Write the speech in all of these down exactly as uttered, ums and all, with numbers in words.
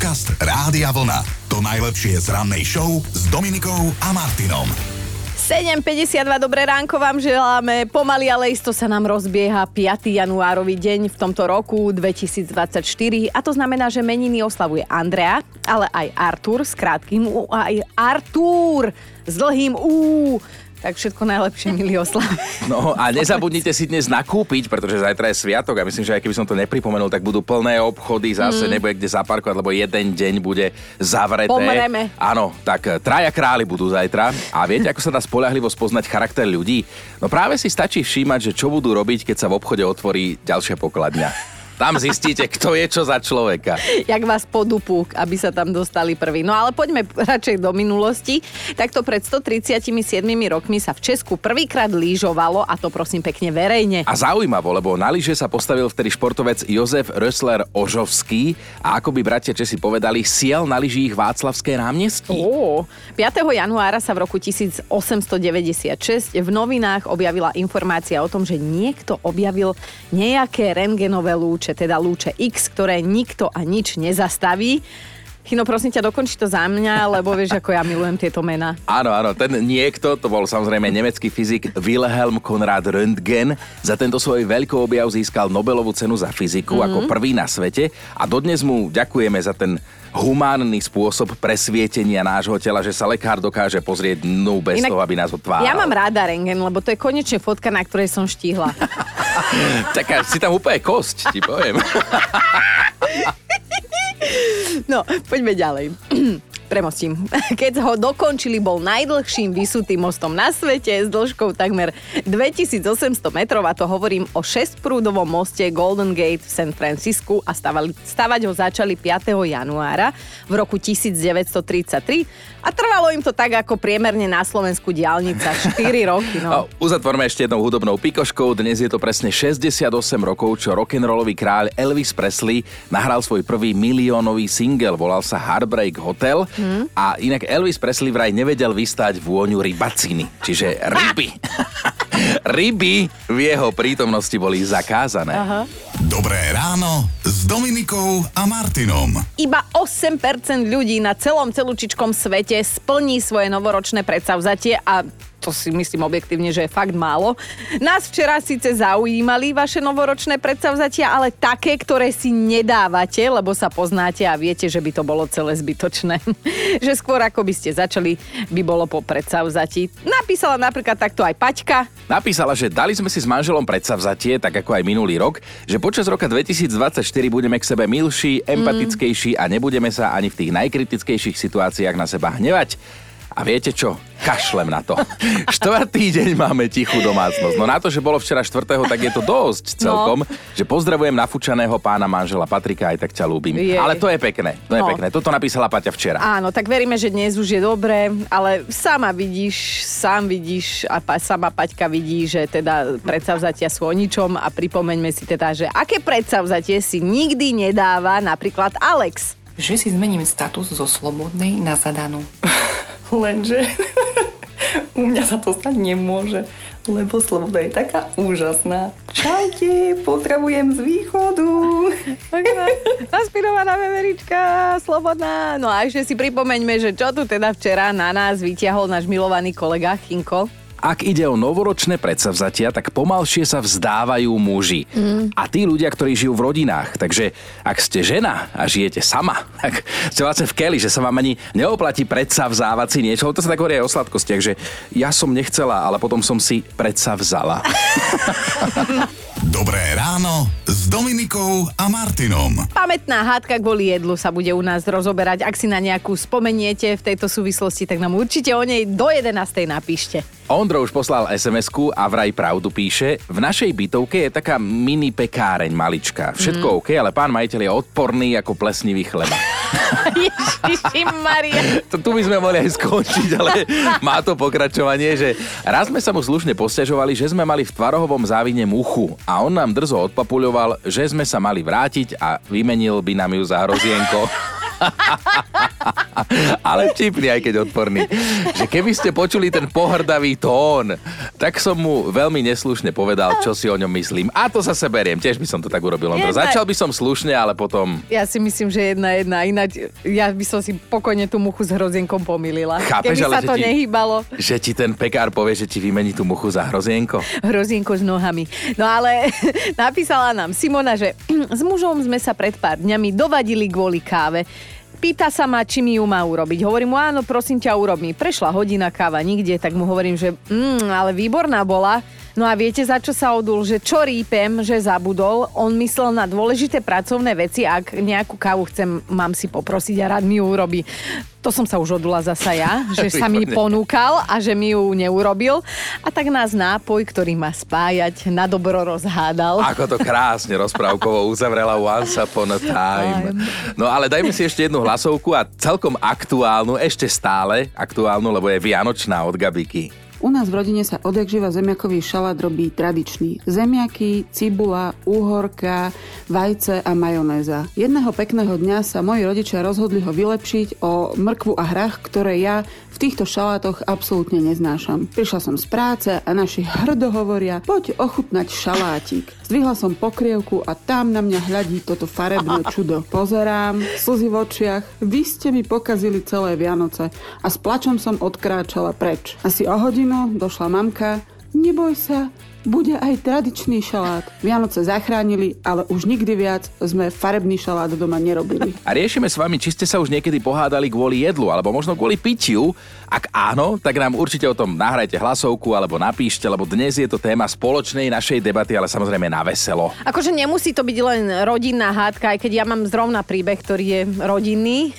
Podcast Rádia Vlna. To najlepšie z rannej show s Dominikou a Martinom. sedem päťdesiatdva, dobré ránko vám želáme. Pomaly, ale isto sa nám rozbieha piateho januárový deň v tomto roku dvetisícdvadsaťštyri a to znamená, že meniny oslavuje Andrea, ale aj Artur s krátkým U, aj Artúr s dlhým U. Tak všetko najlepšie, milí oslavy. No a nezabudnite si dnes nakúpiť, pretože zajtra je sviatok a myslím, že aj keby som to nepripomenul, tak budú plné obchody, zase mm. nebude kde zaparkovať, lebo jeden deň bude zavreté. Pomreme. Áno, tak traja králi budú zajtra. A viete, ako sa dá spoľahlivo spoznať charakter ľudí? No práve si stačí všímať, že čo budú robiť, keď sa v obchode otvorí ďalšia pokladňa. Tam zistíte, kto je čo za človeka. Jak vás podupú, aby sa tam dostali prví. No ale poďme radšej do minulosti. Takto pred stotridsiatsedmi rokmi sa v Česku prvýkrát lyžovalo, a to prosím pekne verejne. A zaujímavo, lebo na lyže sa postavil vtedy športovec Jozef Rösler Ožovský a ako by bratia Česi povedali, siel na lyžích Václavské námestí. Ó, piateho januára sa v roku tisícosemstodeväťdesiatšesť v novinách objavila informácia o tom, že niekto objavil nejaké rentgenové lúče, teda lúče X, ktoré nikto a nič nezastaví. Chino, prosím ťa, dokonči to za mňa, lebo vieš, ako ja milujem tieto mená. Áno, áno, ten niekto, to bol samozrejme nemecký fyzik Wilhelm Konrad Röntgen. Za tento svoj veľkoobjav získal Nobelovú cenu za fyziku mm-hmm. ako prvý na svete a dodnes mu ďakujeme za ten humánny spôsob presvietenia nášho tela, že sa lekár dokáže pozrieť dnu bez Inak, toho, aby nás otváral. Ja mám ráda rentgen, lebo to je konečne fotka, na ktorej som štíhla. Taká, si tam úplne kosť, ti poviem. No, poďme ďalej. Premostím. Keď ho dokončili, bol najdlhším vysutým mostom na svete s dĺžkou takmer dvetisícosemsto metrov a to hovorím o šesťprúdovom moste Golden Gate v San Francisku a stavali, stavať ho začali piateho januára v roku devätnásťstotridsaťtri a trvalo im to tak ako priemerne na Slovensku diaľnica štyri roky. No. No, uzatvorme ešte jednou hudobnou pikoškou. Dnes je to presne šesťdesiatosem rokov, čo rock'n'rollový kráľ Elvis Presley nahral svoj prvý miliónový single, volal sa Heartbreak Hotel. Hmm. A inak Elvis Presley vraj nevedel vystáť vôňu rybaciny, čiže ryby. Ryby v jeho prítomnosti boli zakázané. Aha. Dobré ráno s Dominikou a Martinom. Iba osem percent ľudí na celom celúčičkom svete splní svoje novoročné predsavzatie a to si myslím objektívne, že je fakt málo. Nás včera síce zaujímali vaše novoročné predsavzatia, ale také, ktoré si nedávate, lebo sa poznáte a viete, že by to bolo celé zbytočné. Že skôr ako by ste začali, by bolo po predsavzatí. Napísala napríklad takto aj Paťka. Napísala, že dali sme si s manželom predsavzatie, tak ako aj minulý rok, že počas roka dvetisícdvadsaťštyri budeme k sebe milší, empatickejší a nebudeme sa ani v tých najkritickejších situáciách na seba hnevať. A viete čo? Kašlem na to. Štvrtý deň máme tichú domácnosť. No na to, že bolo včera štvrtého, tak je to dosť celkom, no. Že pozdravujem nafúčaného pána manžela Patrika, aj tak ťa ľúbim. Jej. Ale to je pekné, to je no. pekné. Toto napísala Paťa včera. Áno, tak veríme, že dnes už je dobré, ale sama vidíš, sám vidíš a pa, sama Paťka vidí, že teda predsavzatia sú o ničom a pripomeňme si teda, že aké predsavzatie si nikdy nedáva napríklad Alex. Že si zmením status zo slobodnej na zadanú. Lenže u mňa sa to stať nemôže, lebo sloboda je taká úžasná. Čaute, pozdravujem z východu. Naspirovaná veverička, slobodná. No a ešte si pripomeňme, že čo tu teda včera na nás vyťahol náš milovaný kolega Chinko. Ak ide o novoročné predsavzatia, tak pomalšie sa vzdávajú muži. Mm. A tí ľudia, ktorí žijú v rodinách. Takže ak ste žena a žijete sama, tak ste vlastne v keli, že sa vám ani neoplatí predsavzávať si niečo. To sa tak hovorí aj o sladkostiach, že ja som nechcela, ale potom som si predsavzala. Dobré ráno s Dominikou a Martinom. Pamätná hádka kvôli jedlu sa bude u nás rozoberať. Ak si na nejakú spomeniete v tejto súvislosti, tak nám určite o nej do jedenástej napíšte. Ondro už poslal es em esku a vraj pravdu píše. V našej bytovke je taká mini pekáreň malička. Všetko mm. OK, ale pán majiteľ je odporný ako plesnivý chleba. Ježišimaria. Tu by sme mohli aj skončiť, ale má to pokračovanie, že raz sme sa mu slušne posťažovali, že sme mali v tvarohovom závine muchu a on nám drzo odpapuľoval, že sme sa mali vrátiť a vymenil by nám ju za hrozienko. Ale vtipný, aj keď odporný. Že keby ste počuli ten pohrdavý tón, tak som mu veľmi neslušne povedal, čo si o ňom myslím. A to zase beriem, tiež by som to tak urobil. Jedna... Začal by som slušne, ale potom... Ja si myslím, že jedna jedna, ináč ja by som si pokojne tú muchu s hrozienkom pomýlila. Chápeš, keby sa to ti, nehýbalo. Že ti ten pekár povie, že ti vymení tú muchu za hrozienko? Hrozienko s nohami. No ale napísala nám Simona, že s mužom sme sa pred pár dňami dovadili kvôli káve. Pýta sa ma, či mi ju má urobiť. Hovorím mu, áno, prosím ťa, urob mi. Prešla hodina, káva nikde, tak mu hovorím, že mm, ale výborná bola. No a viete, za čo sa odul? Že čo rýpem, že zabudol. On myslel na dôležité pracovné veci. Ak nejakú kávu chcem, mám si poprosiť a rád mi ju urobí. To som sa už odula zasa ja, že sa mi ponúkal a že mi ju neurobil. A tak nás nápoj, ktorý má spájať, na dobro rozhádal. Ako to krásne rozprávkovo uzavrela Once Upon a Time. No ale dajme si ešte jednu hlasovku a celkom aktuálnu, ešte stále aktuálnu, lebo je vianočná od Gabiky. U nás v rodine sa odjakživa zemiakový šalát robí tradičný. Zemiaky, cibula, úhorka, vajce a majonéza. Jedného pekného dňa sa moji rodičia rozhodli ho vylepšiť o mrkvu a hrách, ktoré ja v týchto šalátoch absolútne neznášam. Prišla som z práce a naši hrdo hovoria, poď ochutnať šalátik. Zdvihla som pokrievku a tam na mňa hľadí toto farebné čudo. Pozerám, slzy v očiach, vy ste mi pokazili celé Vianoce a s plačom som odkráčala preč. Asi o hodinu došla mamka, neboj sa, bude aj tradičný šalát. Vianoce zachránili, ale už nikdy viac sme farebný šalát doma nerobili. A riešime s vami, či ste sa už niekedy pohádali kvôli jedlu, alebo možno kvôli pitiu. Ak áno, tak nám určite o tom nahrajte hlasovku, alebo napíšte, lebo dnes je to téma spoločnej našej debaty, ale samozrejme na veselo. Akože nemusí to byť len rodinná hádka, aj keď ja mám zrovna príbeh, ktorý je rodinný.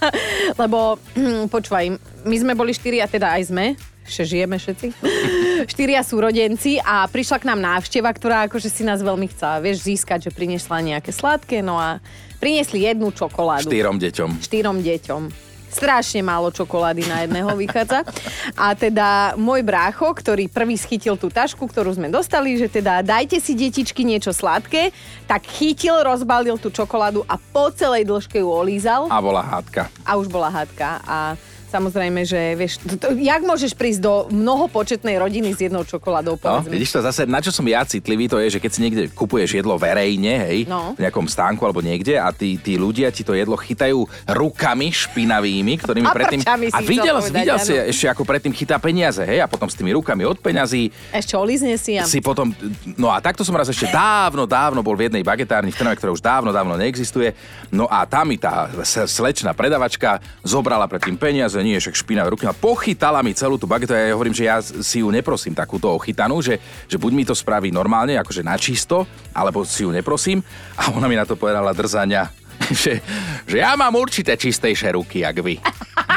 Lebo, počúvaj, my sme boli štyri a teda aj sme, že žijeme všetci. Štyria súrodenci a prišla k nám návšteva, ktorá akože si nás veľmi chcela, vieš, získať, že priniesla nejaké sladké, no a priniesli jednu čokoládu. Štyrom deťom. Štyrom deťom. Strašne málo čokolády na jedného vychádza. A teda môj brácho, ktorý prvý schytil tú tašku, ktorú sme dostali, že teda dajte si detičky niečo sladké, tak chytil, rozbalil tú čokoládu a po celej dĺžke ju olízal. A bola hádka. A už bola hádka a samozrejme, že vieš, to, to, jak môžeš prísť do mnohopočetnej rodiny s jednou čokoládou, povedzme. No, vidíš to zase, na čo som ja citlivý, to je, že keď si niekde kupuješ jedlo verejne, hej, no. v nejakom stánku alebo niekde a tí, tí ľudia ti to jedlo chytajú rukami špinavými, ktorými a predtým... A videl, povedať, videl si ešte, ako predtým chytá peniaze, hej, a potom s tými rukami od peňazí. Ešte olízne si ja. Si potom, no a takto som raz ešte dávno, dávno bol v jednej bagetárni v Trnave, ktorá už dávno, dávno neexistuje. No a tam mi tá slečná predavačka zobrala predtým peniaze, nie však špinavé ruky a pochytala mi celú tú bagetu. Ja hovorím, že ja si ju neprosím takúto ochytanú, že, že buď mi to spraví normálne, akože načisto, alebo si ju neprosím. A ona mi na to povedala drzania, že, že ja mám určite čistejšie ruky, jak vy.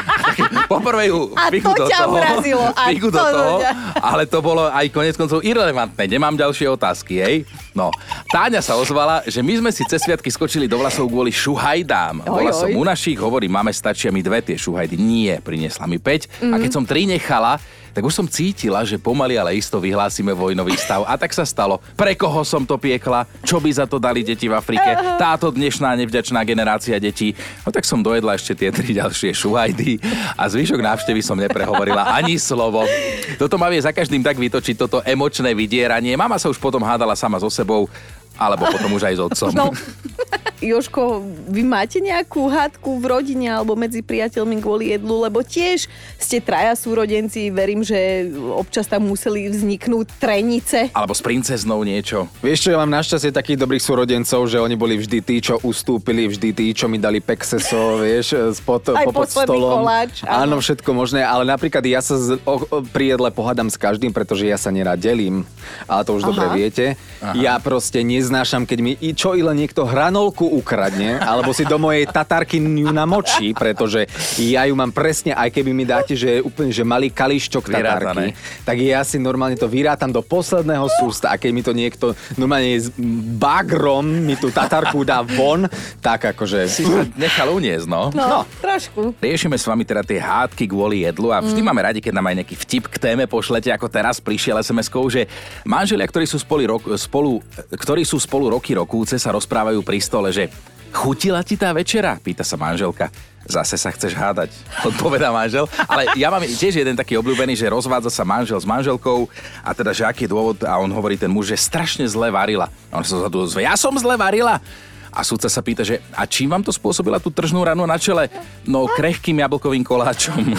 Poprvé ju figu do toho, urazilo, figu do toho, ale to bolo aj konec koncov irelevantné. Nemám ďalšie otázky, hej? No, Táňa sa ozvala, že my sme si cez sviatky skočili do vlasov kvôli šuhajdám. Bola som u našich, hovorím, máme, stačia mi dve tie šuhajdy. Nie, priniesla mi päť. Mm-hmm. A keď som tri nechala, tak už som cítila, že pomaly, ale isto vyhlásime vojnový stav. A tak sa stalo. Pre koho som to piekla? Čo by za to dali deti v Afrike? Táto dnešná nevďačná generácia detí. No tak som dojedla ešte tie tri ďalšie šuhajdy a zvyšok návštevy som neprehovorila ani slovo. Toto ma vie za každým tak vytočiť, toto emočné vydieranie. Mama sa už potom hádala sama so sebou, alebo potom už aj s otcom. No. Jožko, vy máte nejakú hádku v rodine alebo medzi priateľmi kvôli jedlu, lebo tiež ste traja súrodenci, verím, že občas tam museli vzniknúť trenice. Alebo s princeznou niečo. Vieš čo, ja mám našťastie takých dobrých súrodencov, že oni boli vždy tí, čo ustúpili, vždy tí, čo mi dali pekseso, vieš, spod, aj popod stolom. Koláč. Áno, všetko možné, ale napríklad ja sa z, o, o, pri jedle pohádam s každým, pretože ja sa nerad delím, ale to už Aha. dobre viete. Aha. Ja proste neznášam, keď mi čo ile niekto hranolku ukradne, alebo si do mojej tatárky ju namočí, pretože ja ju mám presne, aj keby mi dáte, že je úplne, že malý kališčok tatárky, tak ja si normálne to vyrátam do posledného sústa a keď mi to niekto normálne s bagrom mi tú tatárku dá von, tak akože... Si sa nechal uniesť, no. No, no. Trošku. Riešime s vami teda tie hádky kvôli jedlu a vždy mm. máme radi, keď nám aj nejaký vtip k téme pošlete, ako teraz prišiel es em eskou, že manželia, ktorí sú spolu, rok, spolu, ktorí sú sú spolu roky rokúce, sa rozprávajú pri stole, že chutila ti tá večera? Pýta sa manželka. Zase sa chceš hádať, odpovedá manžel. Ale ja mám tiež jeden taký obľúbený, že rozvádza sa manžel s manželkou a teda, že aký je dôvod, a on hovorí ten muž, že strašne zle varila. A on sa zadu ozve, ja som zle varila? A sudca sa pýta, že a čím vám to spôsobila tú tržnú ranu na čele? No krehkým jablkovým koláčom.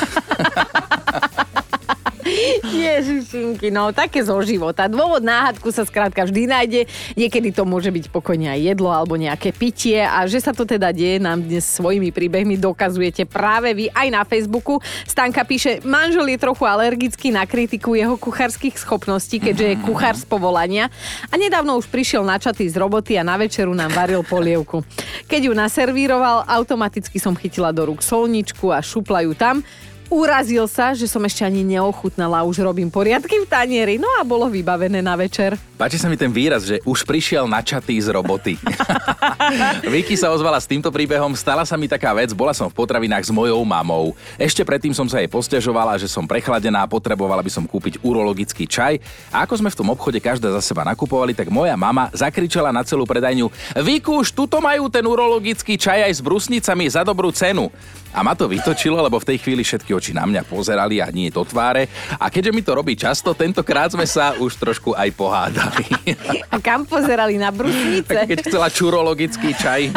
Ježišinky, no také zo života. Dôvod náhadku sa skrátka vždy nájde. Niekedy to môže byť pokojne aj jedlo alebo nejaké pitie a že sa to teda deje, nám dnes svojimi príbehmi dokazujete práve vy aj na Facebooku. Stanka píše, manžel je trochu alergický na kritiku jeho kuchárskych schopností, keďže je kuchár z povolania a nedávno už prišiel načatý z roboty a na večeru nám varil polievku. Keď ju naservíroval, automaticky som chytila do rúk solničku a šupla ju tam. Urazil sa, že som ešte ani neochutnala, už robím poriadky v tanieri, no a bolo vybavené na večer. Páči sa mi ten výraz, že už prišiel načatý z roboty. Vicky sa ozvala s týmto príbehom, stala sa mi taká vec, bola som v potravinách s mojou mamou. Ešte predtým som sa jej posťažovala, že som prechladená a potrebovala by som kúpiť urologický čaj. A ako sme v tom obchode každá za seba nakupovali, tak moja mama zakričala na celú predajňu: Viku, už tuto majú ten urologický čaj aj s brusnicami za dobrú cenu. A ma to vytočilo, lebo v tej chvíli všetky oči na mňa pozerali a nie do tváre. A keďže mi to robí často, tentokrát sme sa už trošku aj pohádali. A kam pozerali? Na brusnice? Tak keď chcela čurologický čaj.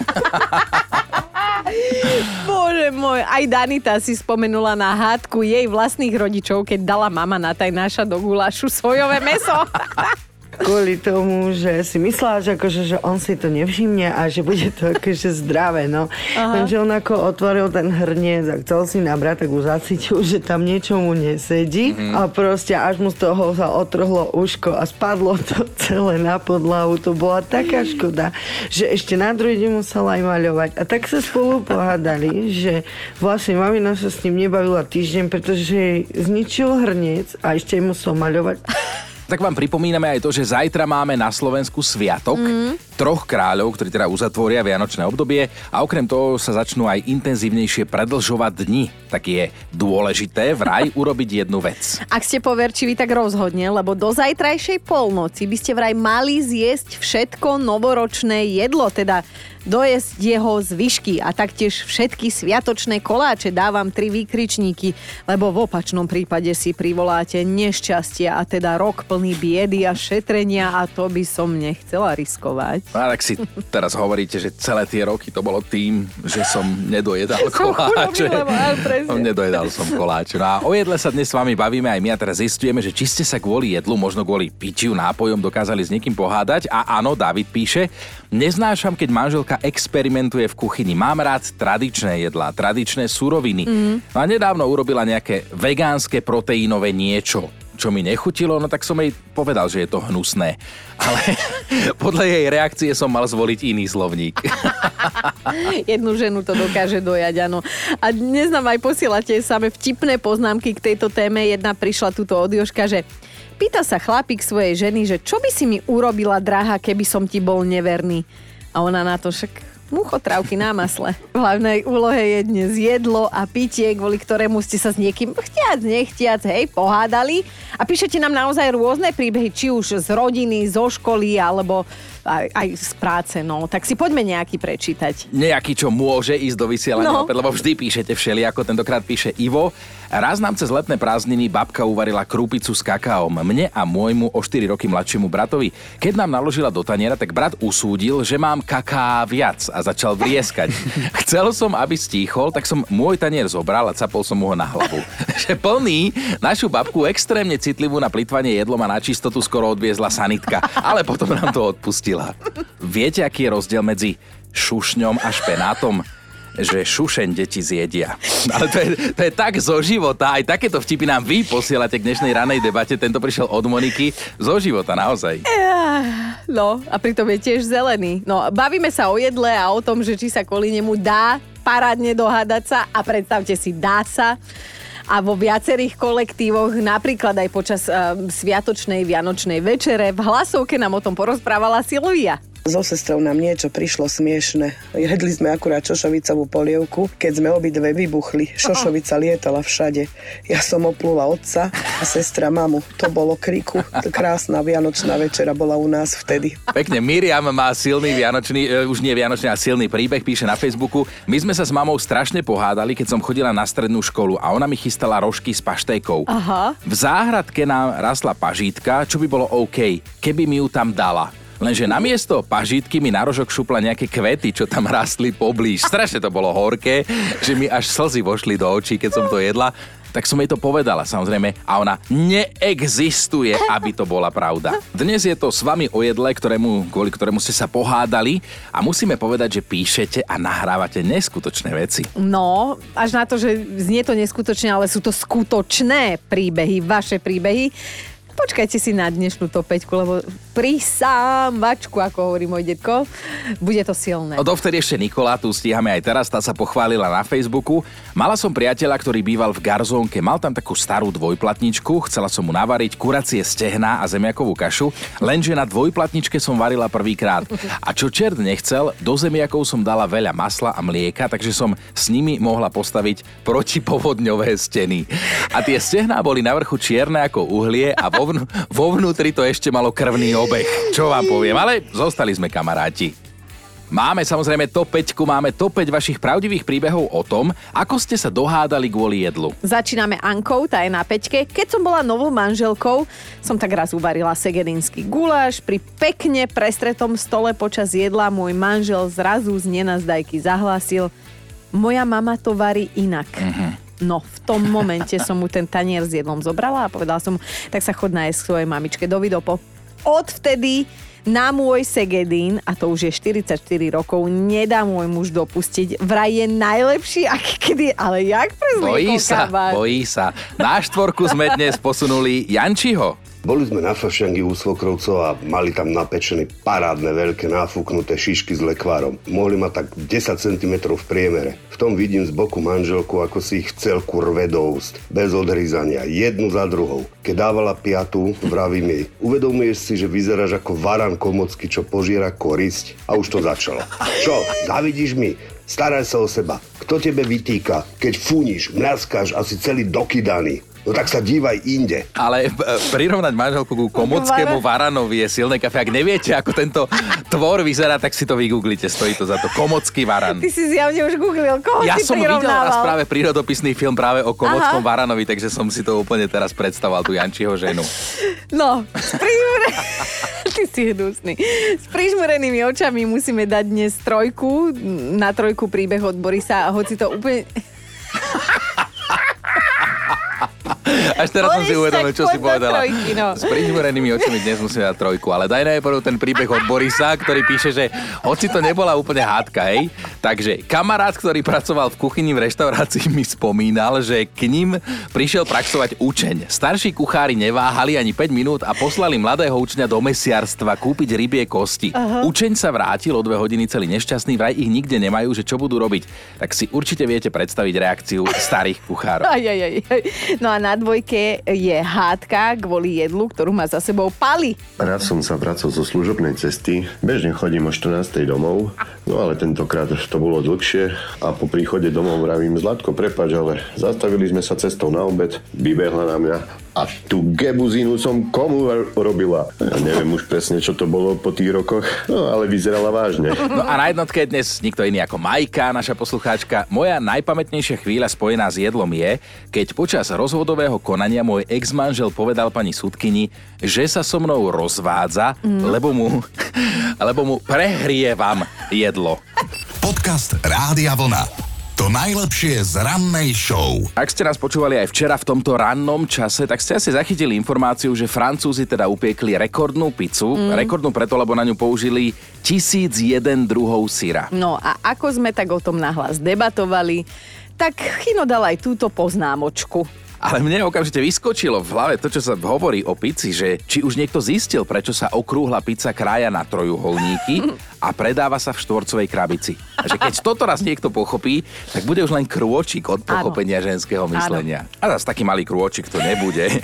Bože môj, aj Danita si spomenula na hádku jej vlastných rodičov, keď dala mama na tajnáša do gulášu sojové mäso. Kvôli tomu, že si myslela, že, akože, že on si to nevšimne a že bude to akože zdravé, no. Takže on ako otvoril ten hrniec a chcel si nabrať, tak už zacítil, že tam niečo mu nesedí mm-hmm. a proste až mu z toho sa otrhlo uško a spadlo to celé na podlahu. To bola taká škoda, že ešte na druhý deň musela aj maľovať. A tak sa spolu pohádali, že vlastne mamina sa s ním nebavila týždeň, pretože jej zničil hrniec a ešte musel maľovať. Tak vám pripomíname aj to, že zajtra máme na Slovensku sviatok mm. troch kráľov, ktorí teda uzatvoria vianočné obdobie a okrem toho sa začnú aj intenzívnejšie predlžovať dni. Tak je dôležité vraj urobiť jednu vec. Ak ste poverčiví, tak rozhodne, lebo do zajtrajšej polnoci by ste vraj mali zjesť všetko novoročné jedlo, teda dojesť jeho zvyšky a taktiež všetky sviatočné koláče. Dávam tri výkričníky, lebo v opačnom prípade si privoláte nešťastie a teda rok plný biedy a šetrenia a to by som nechcela riskovať. A tak si teraz hovoríte, že celé tie roky to bolo tým, že som nedojedal koláče. Som nedojedal som koláče. No a o jedle sa dnes s vami bavíme aj my a teraz zistujeme, že či ste sa kvôli jedlu, možno kvôli pitiu, nápojom dokázali s niekým pohádať. A áno, David píše, neznášam, keď manželka experimentuje v kuchyni. Mám rád tradičné jedlá, tradičné suroviny. Mm. No a nedávno urobila nejaké vegánske proteínové niečo, čo mi nechutilo, no tak som jej povedal, že je to hnusné. Ale podľa jej reakcie som mal zvoliť iný slovník. Jednu ženu to dokáže dojať, áno. A dnes nám aj posielate same vtipné poznámky k tejto téme. Jedna prišla tuto od Jožka, že pýta sa chlapík svojej ženy, že čo by si mi urobila, drahá, keby som ti bol neverný. A ona na to však muchotrávky na masle. V hlavnej úlohe je dnes jedlo a pitie, kvôli ktorému ste sa s niekým chtiac, nechtiac, hej, pohádali. A píšete nám naozaj rôzne príbehy, či už z rodiny, zo školy, alebo aj, aj z práce, no. Tak si poďme nejaký prečítať. Nejaký, čo môže ísť do vysielania no. opäť, lebo vždy píšete všelijako, tentokrát píše Ivo. Raz nám cez letné prázdniny babka uvarila krúpicu s kakaom mne a môjmu o štyri roky mladšiemu bratovi. Keď nám naložila do taniera, tak brat usúdil, že mám kaká viac a začal vrieskať. Chcel som, aby stíchol, tak som môj tanier zobral a capol som mu ho na hlavu. Že plný, našu babku extrémne citlivú na plytvanie jedlom a na čistotu skoro odviezla sanitka, ale potom nám to odpustila. Viete, aký je rozdiel medzi šušňom a špenátom? Že šušeň deti zjedia. Ale to je, to je tak zo života. Aj takéto vtipy nám vy posielate k dnešnej ranej debate. Tento prišiel od Moniky. Zo života, naozaj. No, a pritom je tiež zelený. No, bavíme sa o jedle a o tom, že či sa kvôli nemu dá parádne dohádať sa. A predstavte si, dá sa. A vo viacerých kolektívoch, napríklad aj počas uh, sviatočnej vianočnej večere, v hlasovke nám o tom porozprávala Silvia. So sestrou nám niečo prišlo smiešne. Jedli sme akurát šošovicovú polievku, keď sme obidve vybuchli. Šošovica lietala všade. Ja som oplula otca a sestra mamu. To bolo kriku. Krásna vianočná večera bola u nás vtedy. Pekne, Miriam má silný vianočný, už nie vianočný, a silný príbeh, píše na Facebooku. My sme sa s mamou strašne pohádali, keď som chodila na strednú školu a ona mi chystala rožky s paštejkou. Aha. V záhradke nám rastla pažítka, čo by bolo OK, keby mi ju tam dala. Lenže namiesto pažítky mi na rožok šupla nejaké kvety, čo tam rastli poblíž. Strašne to bolo horké, že mi až slzy vošli do očí, keď som to jedla. Tak som jej to povedala, samozrejme, a ona neexistuje, aby to bola pravda. Dnes je to s vami o jedle, ktorému, kvôli ktorému ste sa pohádali, a musíme povedať, že píšete a nahrávate neskutočné veci. No, až na to, že znie to neskutočne, ale sú to skutočné príbehy, vaše príbehy. Počkajte si na dnešnú top päťku, lebo prisámačku, ako hovorí môj detko, bude to silné. No dovtedy ešte Nikola, tu stíhame aj teraz, tá sa pochválila na Facebooku. Mala som priateľa, ktorý býval v Garzónke, mal tam takú starú dvojplatničku, chcela som mu navariť kuracie stehná a zemiakovú kašu, lenže na dvojplatničke som varila prvýkrát. A čo čert nechcel, do zemiakov som dala veľa masla a mlieka, takže som s nimi mohla postaviť protipovodňové steny. A tie stehná boli na vrchu čierne ako uhlie a vo, vn- vo vnútri to ešte malo krvný obeh. Čo vám poviem, ale zostali sme kamaráti. Máme samozrejme top päťku, máme top päť vašich pravdivých príbehov o tom, ako ste sa dohádali kvôli jedlu. Začíname Ankou, tá je na päťke. Keď som bola novou manželkou, som tak raz uvarila segedínsky guláš. Pri pekne prestretom stole počas jedla môj manžel zrazu z nenazdajky zahlásil: moja mama to varí inak. Uh-huh. No, v tom momente som mu ten tanier s jedlom zobrala a povedala som mu: tak sa chod nájsť k svojej mamičke do Vidopo. Odvtedy na môj segedín, a to už je štyridsaťštyri rokov, nedá môj muž dopustiť. Vraj je najlepší, aký kedy, ale jak prezlý bojí sa, bojí sa. Na štvorku sme dnes posunuli Jančiho. Boli sme na Fašiangi u svokrovcov a mali tam napečené parádne veľké náfúknuté šišky s lekvárom. Mohli mať tak desať centimetrov v priemere. V tom vidím z boku manželku, ako si ich chcel kurve do úst. Bez odhryzania, jednu za druhou. Keď dávala piatu, vravím jej: uvedomuješ si, že vyzeráš ako varan komocký, čo požiera korisť? A už to začalo. Čo, zavidíš mi? Staraj sa o seba. Kto tebe vytýka? Keď fúniš, mľaskáš, asi celý dokydaný. No tak sa dívaj inde. Ale prirovnať manželku ku komockému varanovi je silné kafe. Ak neviete, ako tento tvor vyzerá, tak si to vygooglite. Stojí to za to. Komocký varan. Ty si zjavne už googlil. Koho ja si som videl prirovnával? raz práve prírodopisný film práve o komockom varanovi, takže som si to úplne teraz predstavoval, tú Jančiho ženu. No, s prižmure... Ty si hnusný. S prižmurenými očami musíme dať dnes trojku. Na trojku príbeh od Borisa, a hoci to úplne... Až teraz som si uvedomil, čo si povedala. Trojky, no. S prižmurenými očami dnes musíme dať trojku, ale daj najprv ten príbeh od Borisa, ktorý píše, že hoci to nebola úplne hádka, hej. Takže kamarát, ktorý pracoval v kuchyni v reštaurácii, mi spomínal, že k ním prišiel praxovať učeň. Starší kuchári neváhali ani päť minút a poslali mladého učňa do mesiarstva kúpiť rybie kosti. Aha. Učeň sa vrátil o dve hodiny celý nešťastný, vraj ich nikde nemajú, že čo budú robiť. Tak si určite viete predstaviť reakciu starých kuchárov. Aj, aj, aj. No a na dvojke je hádka kvôli jedlu, ktorú má za sebou Pali. Raz som sa vracal zo služobnej cesty, bežne chodím o štrnástej domov, no ale tentokrát to bolo dlhšie a po príchode domov vravím: Zlatko, prepáč, ale zastavili sme sa cestou na obed, vybehla na mňa: a tú gebuzínu som komu robila? Ja neviem už presne, čo to bolo po tých rokoch, no ale vyzerala vážne. No a na jednotke dnes nikto iný ako Majka, naša poslucháčka. Moja najpamätnejšia chvíľa spojená s jedlom je, keď počas rozvodového konania môj ex-manžel povedal pani sudkyni, že sa so mnou rozvádza, mm. lebo mu, lebo mu prehrievam jedlo. Podcast Rádia Vlna. To najlepšie z rannej show. Ak ste nás počúvali aj včera v tomto rannom čase, tak ste asi zachytili informáciu, že Francúzi teda upiekli rekordnú pizzu. Mm. Rekordnú preto, lebo na ňu použili tisíc jeden druhov syra. No a ako sme tak o tom nahlas debatovali, tak Chino dal aj túto poznámočku. Ale mne okamžite vyskočilo v hlave to, čo sa hovorí o pici, že či už niekto zistil, prečo sa okrúhla pizza krája na trojuholníky a predáva sa v štvorcovej krabici. A že keď toto raz niekto pochopí, tak bude už len krôčik od pochopenia Áno. ženského myslenia. Áno. A zase taký malý krôčik to nebude.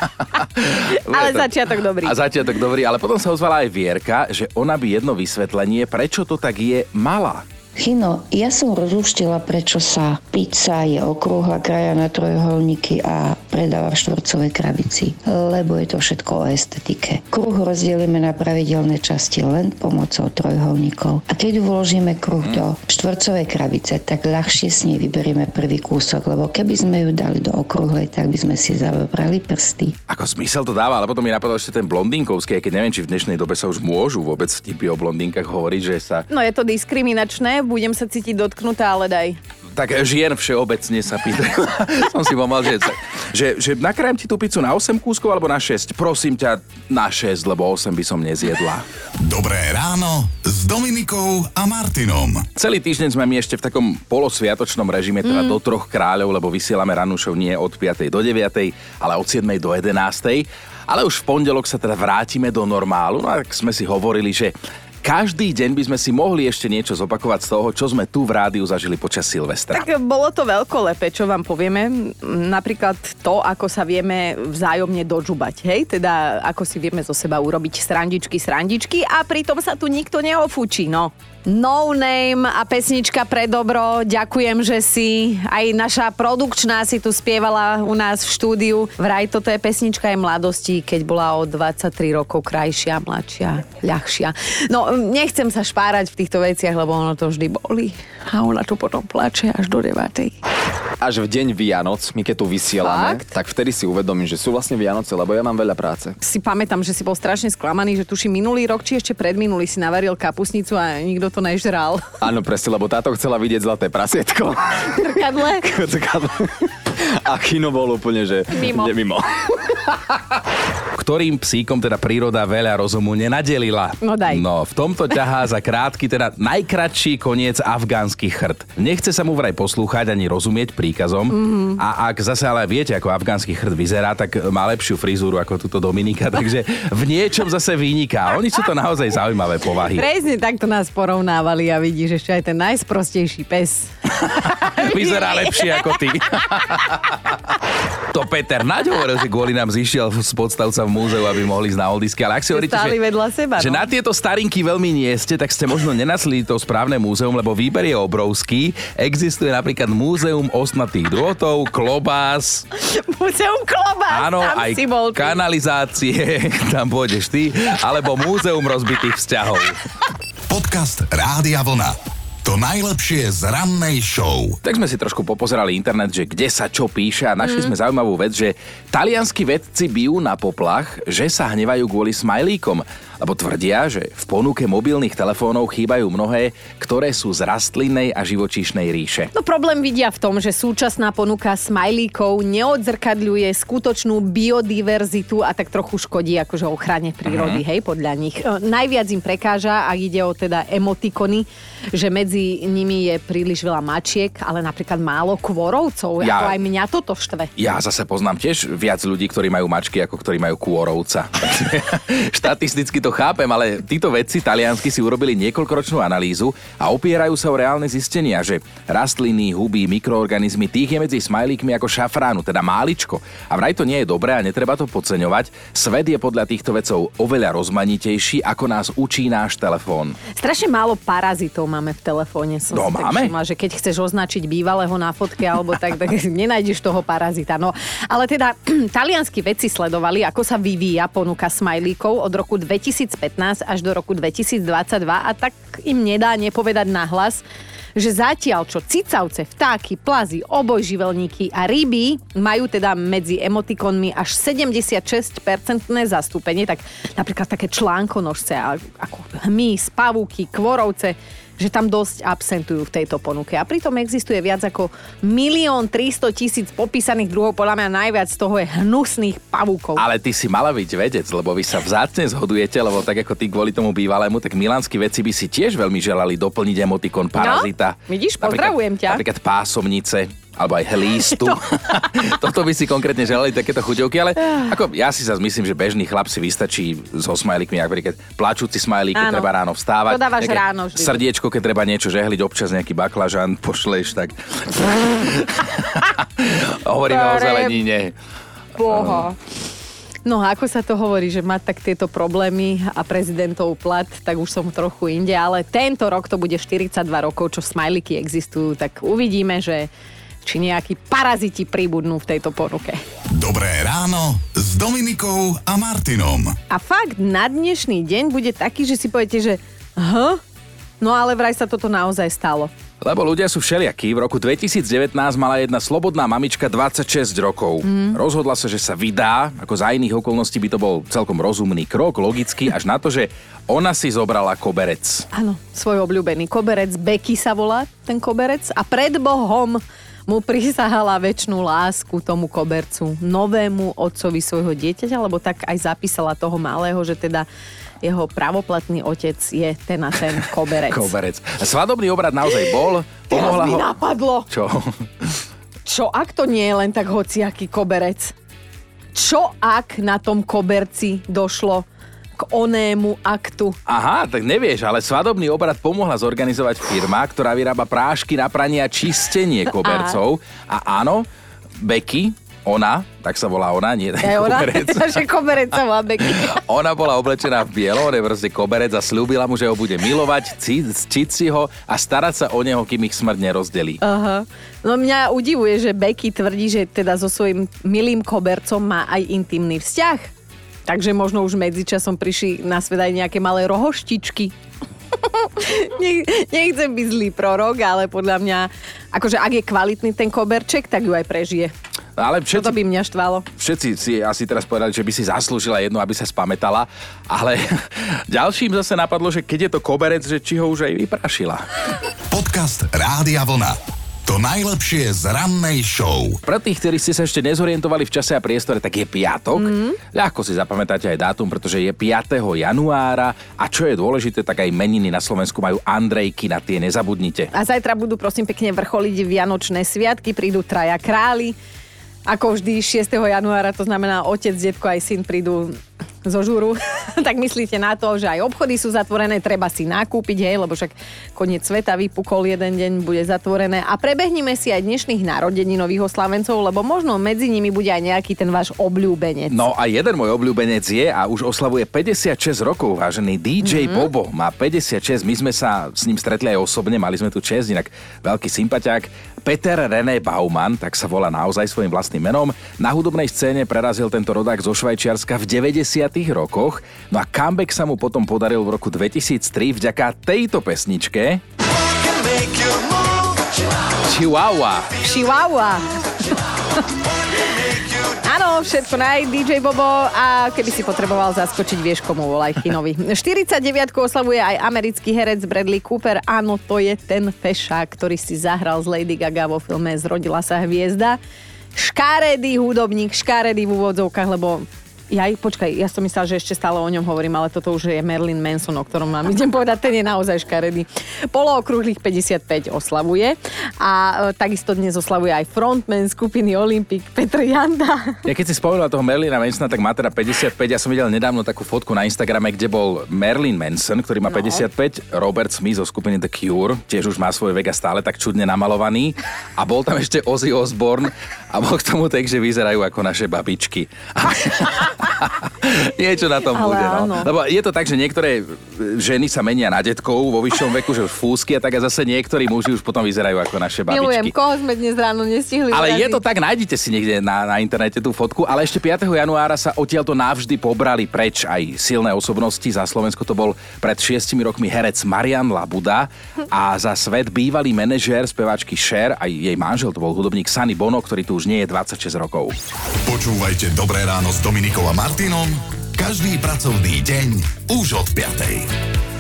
Ale začiatok dobrý. A začiatok dobrý, ale potom sa ozvala aj Vierka, že ona by jedno vysvetlenie, prečo to tak je, mala. Chino, ja som rozluštila, prečo sa pizza je okrúhla, kraja na trojuholníky a predáva v štvorcovej krabici. Lebo je to všetko o estetike. Kruh rozdelíme na pravidelné časti len pomocou trojuholníkov. A keď vložíme kruh hmm. do štvorcovej krabice, tak ľahšie s nej vyberieme prvý kúsok, lebo keby sme ju dali do okrúhlej, tak by sme si zavrali prsty. Ako zmysel to dáva, ale potom mi napadol ešte ten blondínkovský, aj keď neviem, či v dnešnej dobe sa už môžu vôbec vtipy o blondínkach hovoriť, že sa... No je to diskriminačné, budem sa cítiť dotknutá, ale daj. Tak žien všeobecne sa pýtajú. Som si pomal, že, že, že nakrájem ti tú pizzu na osem kúskov alebo na šesť. Prosím ťa, na šesť, lebo osem by som nezjedla. Dobré ráno s Dominikou a Martinom. Celý týždeň sme my ešte v takom polosviatočnom režime, teda mm. do troch kráľov, lebo vysielame rannú show nie od piatej do deviatej, ale od siedmej do jedenástej. Ale už v pondelok sa teda vrátime do normálu. No a sme si hovorili, že každý deň by sme si mohli ešte niečo zopakovať z toho, čo sme tu v rádiu zažili počas Silvestra. Tak bolo to veľkolepé, čo vám povieme. Napríklad to, ako sa vieme vzájomne dožubať, hej? Teda ako si vieme zo seba urobiť srandičky, srandičky a pritom sa tu nikto neofúči, no. No Name a pesnička Pre dobro. Ďakujem, že si. Aj naša produkčná si tu spievala u nás v štúdiu. Vraj toto je pesnička aj mladosti, keď bola o dvadsaťtri rokov krajšia, mladšia, ľahšia. No, nechcem sa špárať v týchto veciach, lebo ono to vždy boli. A ona tu potom plače až do deviatej. Až v deň Vianoc, my keď tu vysielame, Fakt? tak vtedy si uvedomím, že sú vlastne Vianoce, lebo ja mám veľa práce. Si pamätám, že si bol strašne sklamaný, že tuším minulý rok, či ešte predminulý si navaril kapusnicu a nikto to nežral. Áno, presne, lebo táto chcela vidieť zlaté prasietko. Trkadle. A Chino bol úplne, že... Mimo. Mimo. Ktorým psíkom teda príroda veľa rozumu nenadelila. No daj. No, v tomto ťahá za krátky, teda najkratší koniec afgánsky chrt. Nechce sa mu vraj poslúchať ani rozumieť príkazom. Mm-hmm. A ak zase ale viete, ako afgánsky chrt vyzerá, tak má lepšiu frizúru ako túto Dominika, takže v niečom zase vyniká. Oni sú to naozaj zaujímavé povahy. Presne takto nás porovnávali a vidíš, ešte aj ten najsprostejší pes. Vyzerá lepšie ako ty. To Peter Naď hovoril, že kvôli nám zišiel z podstavca v múzeu, aby mohli ísť na oldisky. Ale ak si hovoríte, že, seba, no? že na tieto starinky veľmi nie ste, tak ste možno nenaslili to správne múzeum, lebo výber je obrovský. Existuje napríklad múzeum ostnatých drôtov, klobás. Múzeum klobás, áno, tam aj si bol. Kanalizácie, tam pôjdeš ty, alebo múzeum rozbitých vzťahov. Podcast Rádia Vlna. To najlepšie z rannej show. Tak sme si trošku popozerali internet, že kde sa čo píše a našli mm. sme zaujímavú vec, že talianski vedci bijú na poplach, že sa hnevajú kvôli smajlíkom. Lebo tvrdia, že v ponuke mobilných telefónov chýbajú mnohé, ktoré sú z rastlinnej a živočíšnej ríše. No problém vidia v tom, že súčasná ponuka smajlíkov neodzrkadľuje skutočnú biodiverzitu a tak trochu škodí akože ochrane prírody, uh-huh. hej, podľa nich. Najviac im prekáža, ak ide o teda emotikony, že medzi nimi je príliš veľa mačiek, ale napríklad málo kôrovcov. Ja, ako aj mňa toto štve. Ja zase poznám tiež viac ľudí, ktorí majú mačky, ako ktorí majú kôrovca. Štatisticky to chápem, ale títo vedci taliansky si urobili niekoľkoročnú analýzu a opierajú sa o reálne zistenia, že rastliny, huby, mikroorganizmy, tých je medzi smajlíkmi ako šafránu, teda máličko. A vraj to nie je dobré a netreba to podceňovať. Svet je podľa týchto vedcov oveľa rozmanitejší, ako nás učí náš telefón. Strašne málo parazitov máme v telefóne. Som no, si máme? tak všimla, že keď chceš označiť bývalého na fotke alebo tak, tak nenájdeš toho parazita. No, ale teda talianski vedci sledovali, ako sa vyvíja ponuka smajlíkov od roku dvetisícpätnásť až do roku dvetisícdvadsaťdva a tak im nedá nepovedať nahlas, že zatiaľ čo cicavce, vtáky, plazy, obojživelníky a ryby majú teda medzi emotikonmi až sedemdesiatšesť percent zastúpenie, tak napríklad také článkonožce ako hmyz, pavúky, kvorovce, že tam dosť absentujú v tejto ponuke. A pritom existuje viac ako milión tristotisíc popísaných druhov, podľa mňa najviac z toho je hnusných pavúkov. Ale ty si mala byť vedec, lebo vy sa vzácne zhodujete, lebo tak ako ty kvôli tomu bývalému, tak milánsky vedci by si tiež veľmi želali doplniť emotikon parazita. No, vidíš, pozdravujem ťa. Napríklad pásomnice, alebo aj hlístu. To. Toto by si konkrétne želali takéto chuťovky, ale ako ja si zase myslím, že bežný chlap si vystačí so smajlíkmi, napríklad plačúci smajlík, keď treba ráno vstávať. To dávaš ráno vždy. Srdiečko, keď treba niečo žehliť, občas nejaký baklažan pošleš, tak hovoríme o zelenine. Boha. No a ako sa to hovorí, že mať tak tieto problémy a prezidentov plat, tak už som trochu inde, ale tento rok to bude štyridsaťdva rokov, čo smajliky existujú, tak uvidíme, že či nejakí paraziti pribudnú v tejto ponuke. Dobré ráno s Dominikou a Martinom. A fakt na dnešný deň bude taký, že si poviete, že huh? No ale vraj sa toto naozaj stalo. Lebo ľudia sú všelijakí. V roku dvetisícdevätnásť mala jedna slobodná mamička dvadsaťšesť rokov. Mm. Rozhodla sa, že sa vydá, ako za iných okolností by to bol celkom rozumný krok, logický, až na to, že ona si zobrala koberec. Áno, svoj obľúbený koberec, Becky sa volá ten koberec a pred Bohom mu prisahala večnú lásku tomu kobercu, novému otcovi svojho dieťaťa, lebo tak aj zapísala toho malého, že teda jeho pravoplatný otec je ten a ten koberec. Koberec. Svadobný obrad naozaj bol. Teraz mi ho... napadlo. Čo? Čo ak to nie je len tak hociaký koberec? Čo ak na tom koberci došlo k onému aktu? Aha, tak nevieš, ale svadobný obrad pomohla zorganizovať firma, ktorá vyrába prášky na pranie a čistenie kobercov. A áno, Becky, ona, tak sa volá ona, nie je koberec. Ona? Že koberec sa volá Becky. Ona bola oblečená v bielo, on je proste koberec a slúbila mu, že ho bude milovať, ctiť si ho a starať sa o neho, kým ich smrť nerozdelí. Aha. No mňa udivuje, že Becky tvrdí, že teda so svojím milým kobercom má aj intimný vzťah. Takže možno už medzičasom prišli na svet aj nejaké malé rohoštičky. Nech, nechcem byť zlý prorok, ale podľa mňa, akože ak je kvalitný ten koberček, tak ju aj prežije. Ale všetci, toto by mňa štvalo. Všetci si asi teraz povedali, že by si zaslúžila jednu, aby sa spamätala, ale ďalším zase napadlo, že keď je to koberec, že či ho už aj vyprašila. Podcast Rádia Vlna. To najlepšie z rannej show. Pre tých, ktorí ste sa ešte nezorientovali v čase a priestore, tak je piatok. Mm. Ľahko si zapamätáte aj dátum, pretože je piateho januára a čo je dôležité, tak aj meniny na Slovensku majú Andrejky, na tie nezabudnite. A zajtra budú prosím pekne vrcholiť vianočné sviatky, prídu traja králi. Ako vždy šiesteho januára, to znamená otec, detko aj syn prídu zo žúru. Tak myslíte na to, že aj obchody sú zatvorené, treba si nakúpiť, hej, lebo však koniec sveta vypukol, jeden deň bude zatvorené. A prebehnime si aj dnešných narodeninových oslavencov, lebo možno medzi nimi bude aj nejaký ten váš obľúbenec. No a jeden môj obľúbenec je a už oslavuje päťdesiatšesť rokov, vážený dý džej mm-hmm. Bobo. Má päťdesiatšesť, my sme sa s ním stretli aj osobne, mali sme tu česť, inak veľký sympatiák. Peter René Baumann, tak sa volá naozaj svojím vlastným menom. Na hudobnej scéne prerazil tento rodák zo Švajčiarska v deväťdesiatych rokoch. No a comeback sa mu potom podaril v roku dvetisíctri vďaka tejto pesničke. Chihuahua. Chihuahua. Áno, všetko naj, dý džej Bobo, a keby si potreboval zaskočiť, vieš komu, volaj Chinovi. štyridsaťdeviatku oslavuje aj americký herec Bradley Cooper. Áno, to je ten fešák, ktorý si zahral z Lady Gaga vo filme Zrodila sa hviezda. Škaredý hudobník, škaredý v úvodzovkách, lebo ja, počkaj, ja som myslela, že ešte stále o ňom hovorím, ale toto už je Marilyn Manson, o ktorom mám idem povedať, ten je naozaj škaredý. Polookrúhlych päťdesiatpäť oslavuje a e, takisto dnes oslavuje aj frontman skupiny Olympic Petr Janda. Ja keď si spomenula toho Marilyna Mansona, tak má teda päťdesiatpäť. Ja som videl nedávno takú fotku na Instagrame, kde bol Marilyn Manson, ktorý má no. päťdesiatpäť, Robert Smith zo skupiny The Cure, tiež už má svoj vek a stále tak čudne namalovaný, a bol tam ešte Ozzy Osbourne a bol k tomu tak, že vyzerajú ako naše babičky. Niečo na tom ale bude, no. Lebo je to tak, že niektoré ženy sa menia na detkov vo vyššom veku, že už fúsky, a tak, a zase niektorí muži už potom vyzerajú ako naše babičky. Milujem, koho sme dnes ráno nestihli. Ale uraziť. Je to tak, nájdete si niekde na, na internete tú fotku, ale ešte piateho januára sa odtiaľto navždy pobrali preč aj silné osobnosti. Za Slovensko to bol pred šiestimi rokmi herec Marian Labuda a za svet bývalý manažér speváčky Cher, aj jej manžel, to bol hudobník Sunny Bono, ktorý tu už nie je dvadsaťšesť rokov. Počúvajte Dobré ráno s Dominikou a Martinom každý pracovný deň už od piatej.